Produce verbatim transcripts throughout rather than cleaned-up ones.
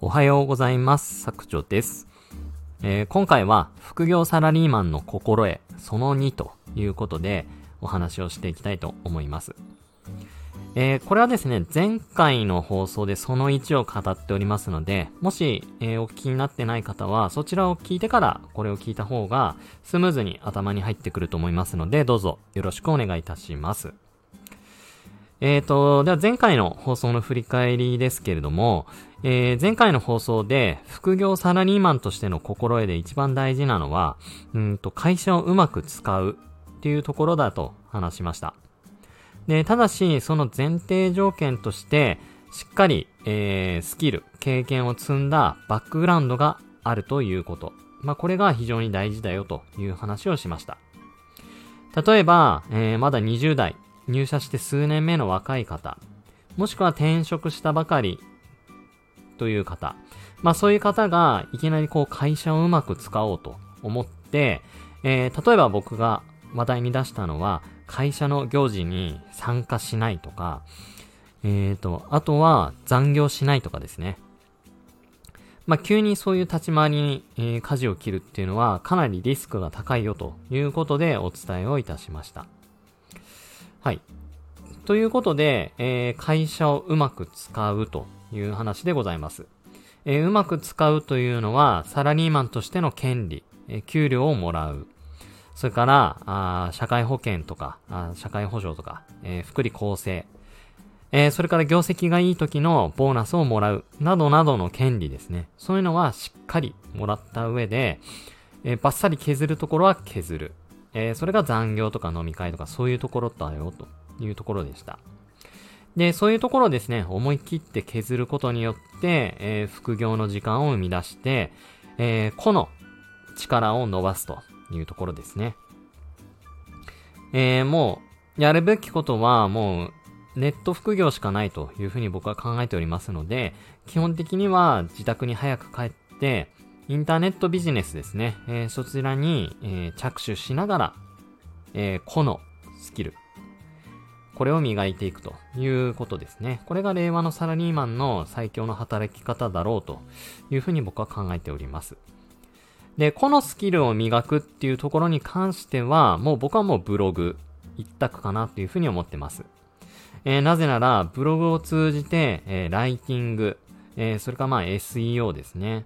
おはようございます。作長です。えー、今回は副業サラリーマンの心得そのにということでお話をしていきたいと思います。えー、これはですね、前回の放送でそのいちを語っておりますので、もし、えー、お聞きになってない方はそちらを聞いてからこれを聞いた方がスムーズに頭に入ってくると思いますので、どうぞよろしくお願いいたします。えーと、では前回の放送の振り返りですけれども、えー、前回の放送で副業サラリーマンとしての心得で一番大事なのは、うんと会社をうまく使うっていうところだと話しました。で、ただしその前提条件としてしっかり、えー、スキル、経験を積んだバックグラウンドがあるということ。まあこれが非常に大事だよという話をしました。例えば、えー、まだにじゅう代入社して数年目の若い方、もしくは転職したばかりという方、まあそういう方がいきなりこう会社をうまく使おうと思って、えー、例えば僕が話題に出したのは会社の行事に参加しないとか、えーと、あとは残業しないとかですね。まあ急にそういう立ち回りに、えー、舵を切るっていうのはかなりリスクが高いよということでお伝えをいたしました。はい。ということで、えー、会社をうまく使うという話でございます。えー、うまく使うというのは、サラリーマンとしての権利、えー、給料をもらう。それから、あ社会保険とか、あ社会保障とか、えー、福利厚生。えー、それから業績がいい時のボーナスをもらう。などなどの権利ですね。そういうのはしっかりもらった上で、えー、バッサリ削るところは削る。えー、それが残業とか飲み会とかそういうところだよというところでした。で、そういうところをですね、思い切って削ることによって、えー、副業の時間を生み出して、えー、個の力を伸ばすというところですね。えー、もう、やるべきことはもう、ネット副業しかないというふうに僕は考えておりますので、基本的には自宅に早く帰って、インターネットビジネスですね。えー、そちらに、えー、着手しながら、えー、個のスキル。これを磨いていくということですね。これが令和のサラリーマンの最強の働き方だろうというふうに僕は考えております。で、個のスキルを磨くっていうところに関しては、もう僕はもうブログ一択かなというふうに思ってます。えー、なぜなら、ブログを通じて、えー、ライティング、えー、それからまあ エスイーオー ですね。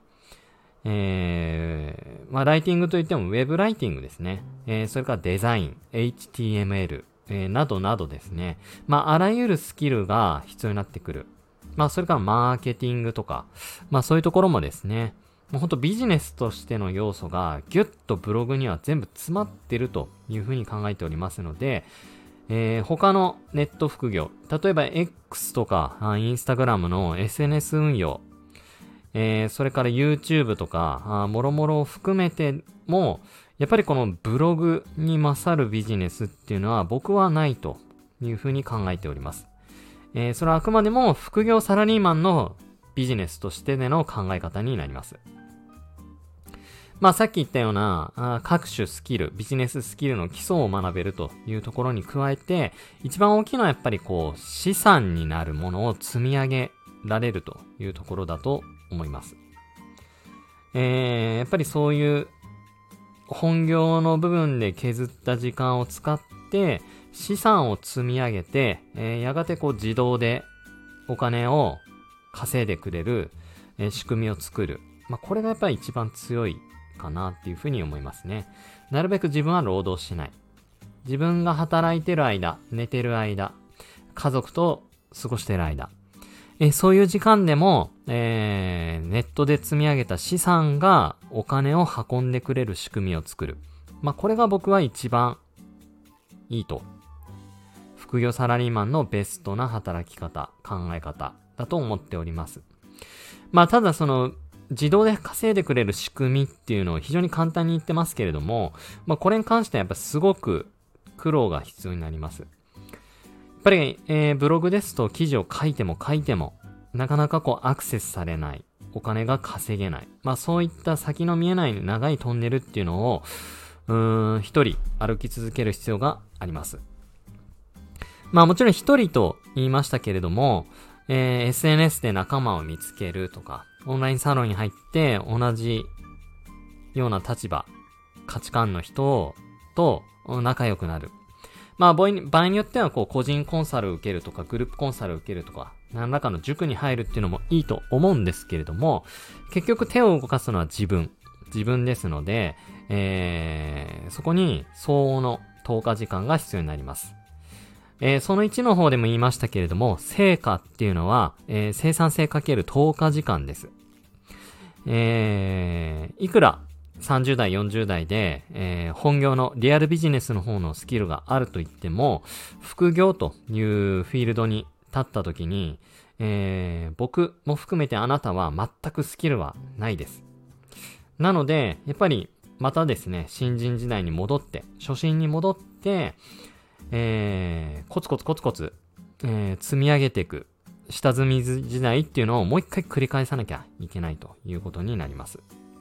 えー、まあ、ライティングといってもウェブライティングですね。えー、それからデザイン、エイチティーエムエル、えー、などなどですね。まあ、あらゆるスキルが必要になってくる。まあ、それからマーケティングとか、まあ、そういうところもですね、もうほんとビジネスとしての要素がギュッとブログには全部詰まってるというふうに考えておりますので、えー、他のネット副業、例えば X とか、インスタグラムの エスエヌエス 運用、えー、それから YouTube とか、もろもろを含めても、やっぱりこのブログに勝るビジネスっていうのは僕はないというふうに考えております。えー、それはあくまでも副業サラリーマンのビジネスとしてでの考え方になります。まあさっき言ったようなあ各種スキル、ビジネススキルの基礎を学べるというところに加えて、一番大きいのはやっぱりこう資産になるものを積み上げられるというところだと思います。えー、やっぱりそういう本業の部分で削った時間を使って資産を積み上げて、えー、やがてこう自動でお金を稼いでくれる、えー、仕組みを作る。まあ、これがやっぱり一番強いかなっていうふうに思いますね。なるべく自分は労働しない。自分が働いてる間、寝てる間、家族と過ごしてる間、えー、そういう時間でも、えー、ネットで積み上げた資産がお金を運んでくれる仕組みを作る。まあ、これが僕は一番いいと。副業サラリーマンのベストな働き方、考え方だと思っております。まあ、ただその、自動で稼いでくれる仕組みっていうのを非常に簡単に言ってますけれども、まあ、これに関してはやっぱすごく苦労が必要になります。やっぱり、えー、ブログですと記事を書いても書いてもなかなかこうアクセスされない、お金が稼げない、まあそういった先の見えない長いトンネルっていうのをうーん一人歩き続ける必要があります。まあもちろん一人と言いましたけれども、えー、エスエヌエス で仲間を見つけるとか、 オンラインサロンに入って同じような立場、価値観の人と仲良くなる。まあ場合によってはこう個人コンサルを受けるとかグループコンサルを受けるとか何らかの塾に入るっていうのもいいと思うんですけれども、結局手を動かすのは自分。自分ですので、えー、そこに相応の投下時間が必要になります。えー、そのいちの方でも言いましたけれども、成果っていうのは、えー、生産性かける投下時間です。えー、いくらさんじゅう代、よんじゅう代で、えー、本業のリアルビジネスの方のスキルがあると言っても、副業というフィールドに立った時に、えー、僕も含めてあなたは全くスキルはないです。なので、やっぱりまたですね、新人時代に戻って、初心に戻って、えー、コツコツコツコツ、えー、積み上げていく下積み時代っていうのをもう一回繰り返さなきゃいけないということになります。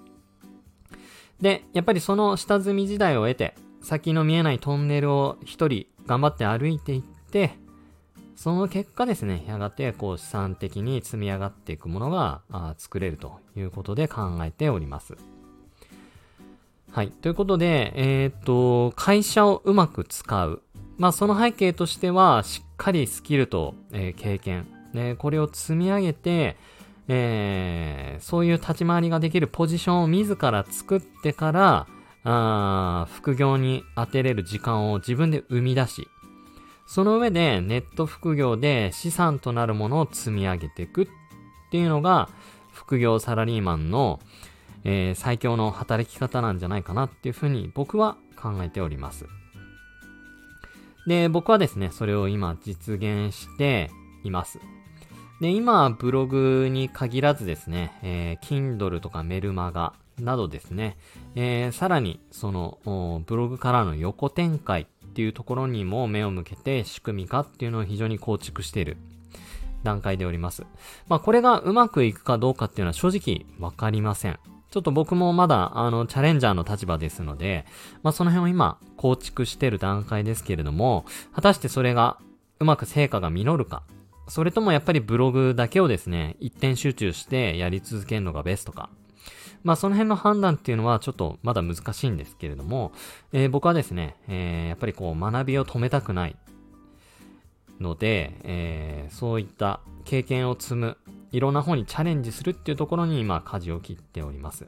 で、やっぱりその下積み時代を得て、先の見えないトンネルを一人頑張って歩いていって、その結果ですね、やがてこう資産的に積み上がっていくものが作れるということで考えております。はい。ということで、えっと、会社をうまく使う。まあその背景としては、しっかりスキルと、えー、経験、ね、これを積み上げて、えー、そういう立ち回りができるポジションを自ら作ってから、あ副業に当てれる時間を自分で生み出し、その上でネット副業で資産となるものを積み上げていくっていうのが、副業サラリーマンの、えー、最強の働き方なんじゃないかなっていうふうに僕は考えております。で、僕はですね、それを今実現しています。で、今、ブログに限らずですね、えー、Kindle とかメルマガなどですね、えー、さらに、その、ブログからの横展開っていうところにも目を向けて仕組み化っていうのを非常に構築している段階でおります。まあ、これがうまくいくかどうかっていうのは正直わかりません。ちょっと僕もまだ、あの、チャレンジャーの立場ですので、まあ、その辺を今、構築している段階ですけれども、果たしてそれがうまく成果が実るか、それともやっぱりブログだけをですね、一点集中してやり続けるのがベストか。まあその辺の判断っていうのはちょっとまだ難しいんですけれども、えー、僕はですね、えー、やっぱりこう学びを止めたくないので、えー、そういった経験を積む、いろんな方にチャレンジするっていうところに今舵を切っております。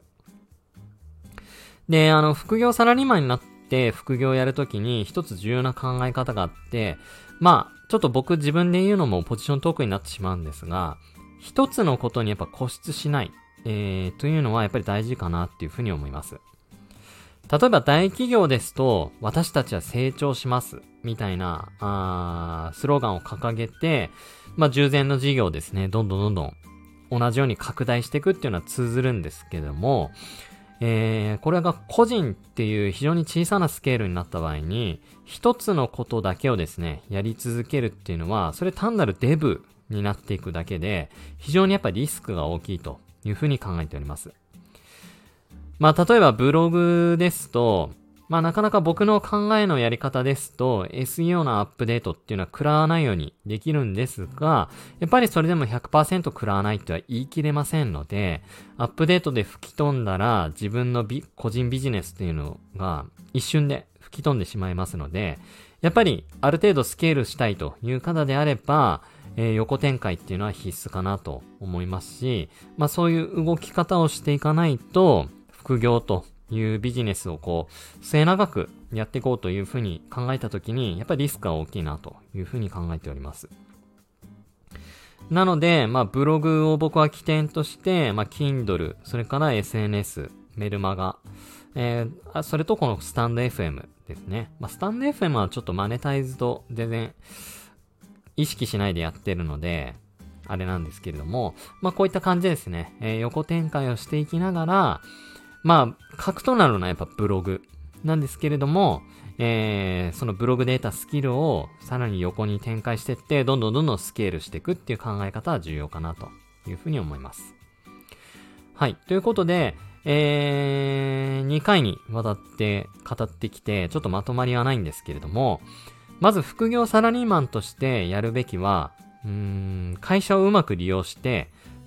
で、あの、副業サラリーマンになって副業をやるときに一つ重要な考え方があって、まあ、ちょっと僕自分で言うのもポジショントークになってしまうんですが、一つのことにやっぱ固執しない、えー、というのはやっぱり大事かなっていうふうに思います。例えば大企業ですと、私たちは成長します、みたいな、あースローガンを掲げて、まあ従前の事業ですね、どんどんどんどん同じように拡大していくっていうのは通ずるんですけども、えー、これが個人っていう非常に小さなスケールになった場合に、一つのことだけをですね、やり続けるっていうのは、それ単なるデブになっていくだけで、非常にやっぱりリスクが大きいというふうに考えております。まあ、例えばブログですと、まあ、なかなか僕の考えのやり方ですと、エスイーオー のアップデートっていうのは食らわないようにできるんですが、やっぱりそれでも ひゃくパーセント 食らわないとは言い切れませんので、アップデートで吹き飛んだら自分のビ個人ビジネスっていうのが一瞬で吹き飛んでしまいますので、やっぱりある程度スケールしたいという方であれば、えー、横展開っていうのは必須かなと思いますし、まあそういう動き方をしていかないと、副業というビジネスをこう末永くやっていこうというふうに考えたときに、やっぱりリスクが大きいなというふうに考えております。なので、まあブログを僕は起点として、まあ Kindle、それから エスエヌエス、メルマガ、えー、それとこのスタンド エフエム ですね。まあスタンド エフエム はちょっとマネタイズと全然意識しないでやってるので、あれなんですけれども、まあこういった感じですね。えー、横展開をしていきながら、まあ、核となるのはやっぱブログなんですけれども、えー、そのブログで得たスキルをさらに横に展開していって、どんどんどんどんスケールしていくっていう考え方は重要かなというふうに思います。はい。ということで、えー、にかいにわたって語ってきて、ちょっとまとまりはないんですけれども、まず副業サラリーマンとしてやるべきは、うーん、会社をうまく利用して、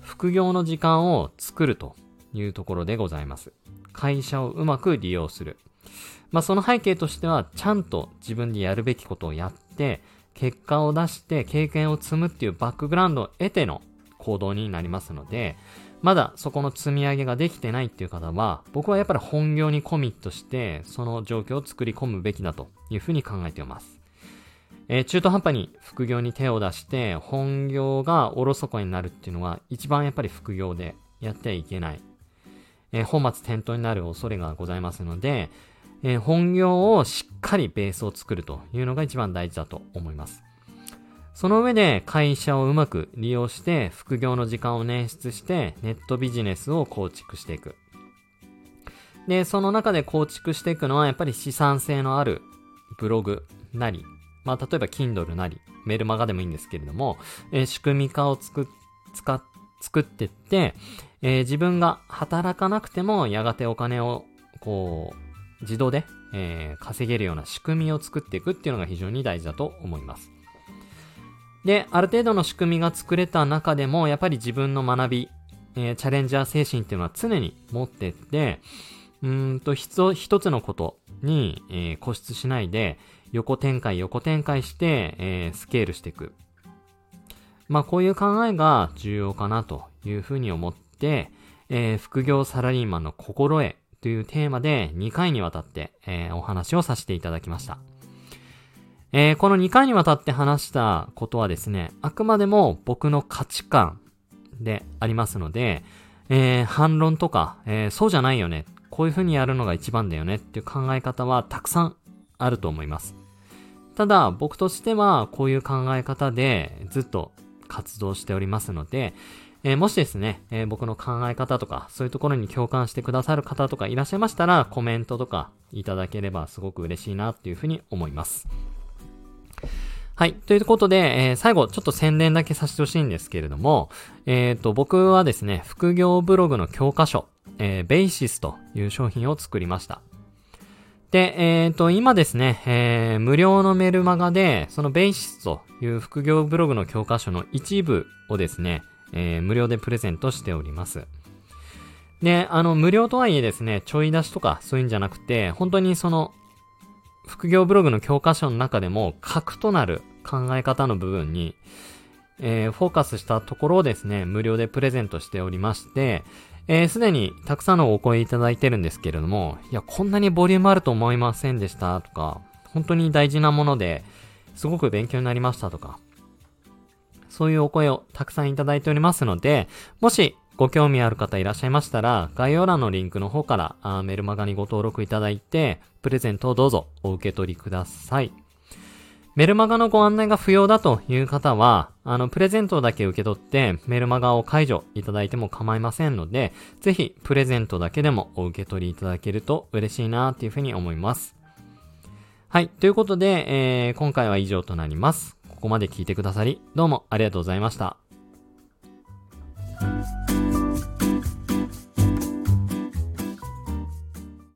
副業の時間を作るというところでございます。会社をうまく利用する。まあその背景としては、ちゃんと自分でやるべきことをやって、結果を出して経験を積むっていうバックグラウンドを得ての行動になりますので、まだそこの積み上げができてないっていう方は、僕はやっぱり本業にコミットして、その状況を作り込むべきだというふうに考えています。えー、中途半端に副業に手を出して、本業がおろそかになるっていうのは、一番やっぱり副業でやってはいけない。えー、本末転倒になる恐れがございますので、えー、本業をしっかりベースを作るというのが一番大事だと思います。その上で会社をうまく利用して副業の時間を捻出してネットビジネスを構築していく。で、その中で構築していくのはやっぱり資産性のあるブログなり、まあ例えば Kindle なり、メルマガでもいいんですけれども、えー、仕組み化をつく、使っ、作っていって、えー、自分が働かなくてもやがてお金をこう自動で、えー、稼げるような仕組みを作っていくっていうのが非常に大事だと思います。で、ある程度の仕組みが作れた中でも、やっぱり自分の学び、えー、チャレンジャー精神っていうのは常に持ってって、うーんと、一つのことに、えー、固執しないで、横展開、横展開して、えー、スケールしていく。まあ、こういう考えが重要かなというふうに思って、えー、副業サラリーマンの心得というテーマでにかいにわたって、えー、お話をさせていただきました。えー、このにかいにわたって話したことはですね、あくまでも僕の価値観でありますので、えー、反論とか、えー、そうじゃないよね、こういう風にやるのが一番だよねっていう考え方はたくさんあると思います。ただ、僕としてはこういう考え方でずっと活動しておりますので、えー、もしですね、えー、僕の考え方とか、そういうところに共感してくださる方とかいらっしゃいましたら、コメントとかいただければすごく嬉しいなっていう風に思います。はい。ということで、えー、最後、ちょっと宣伝だけさせてほしいんですけれども、えっと、僕はですね、副業ブログの教科書、えー、ベーシスという商品を作りました。で、えっと、今ですね、えー、無料のメルマガで、そのベーシスという副業ブログの教科書の一部をですね、えー、無料でプレゼントしております。で、あの、無料とはいえですね、ちょい出しとかそういうんじゃなくて、本当にその、副業ブログの教科書の中でも核となる考え方の部分に、えー、フォーカスしたところをですね、無料でプレゼントしておりまして、えー、すでにたくさんのお声いただいてるんですけれども、いや、こんなにボリュームあると思いませんでしたとか、本当に大事なものですごく勉強になりましたとか、そういうお声をたくさんいただいておりますので、もしご興味ある方いらっしゃいましたら、概要欄のリンクの方からあメルマガにご登録いただいて、プレゼントをどうぞお受け取りください。メルマガのご案内が不要だという方は、あの、プレゼントだけ受け取ってメルマガを解除いただいても構いませんので、ぜひプレゼントだけでもお受け取りいただけると嬉しいなっていうふうに思います。はい。ということで、えー、今回は以上となります。ここまで聞いてくださり、どうもありがとうございました。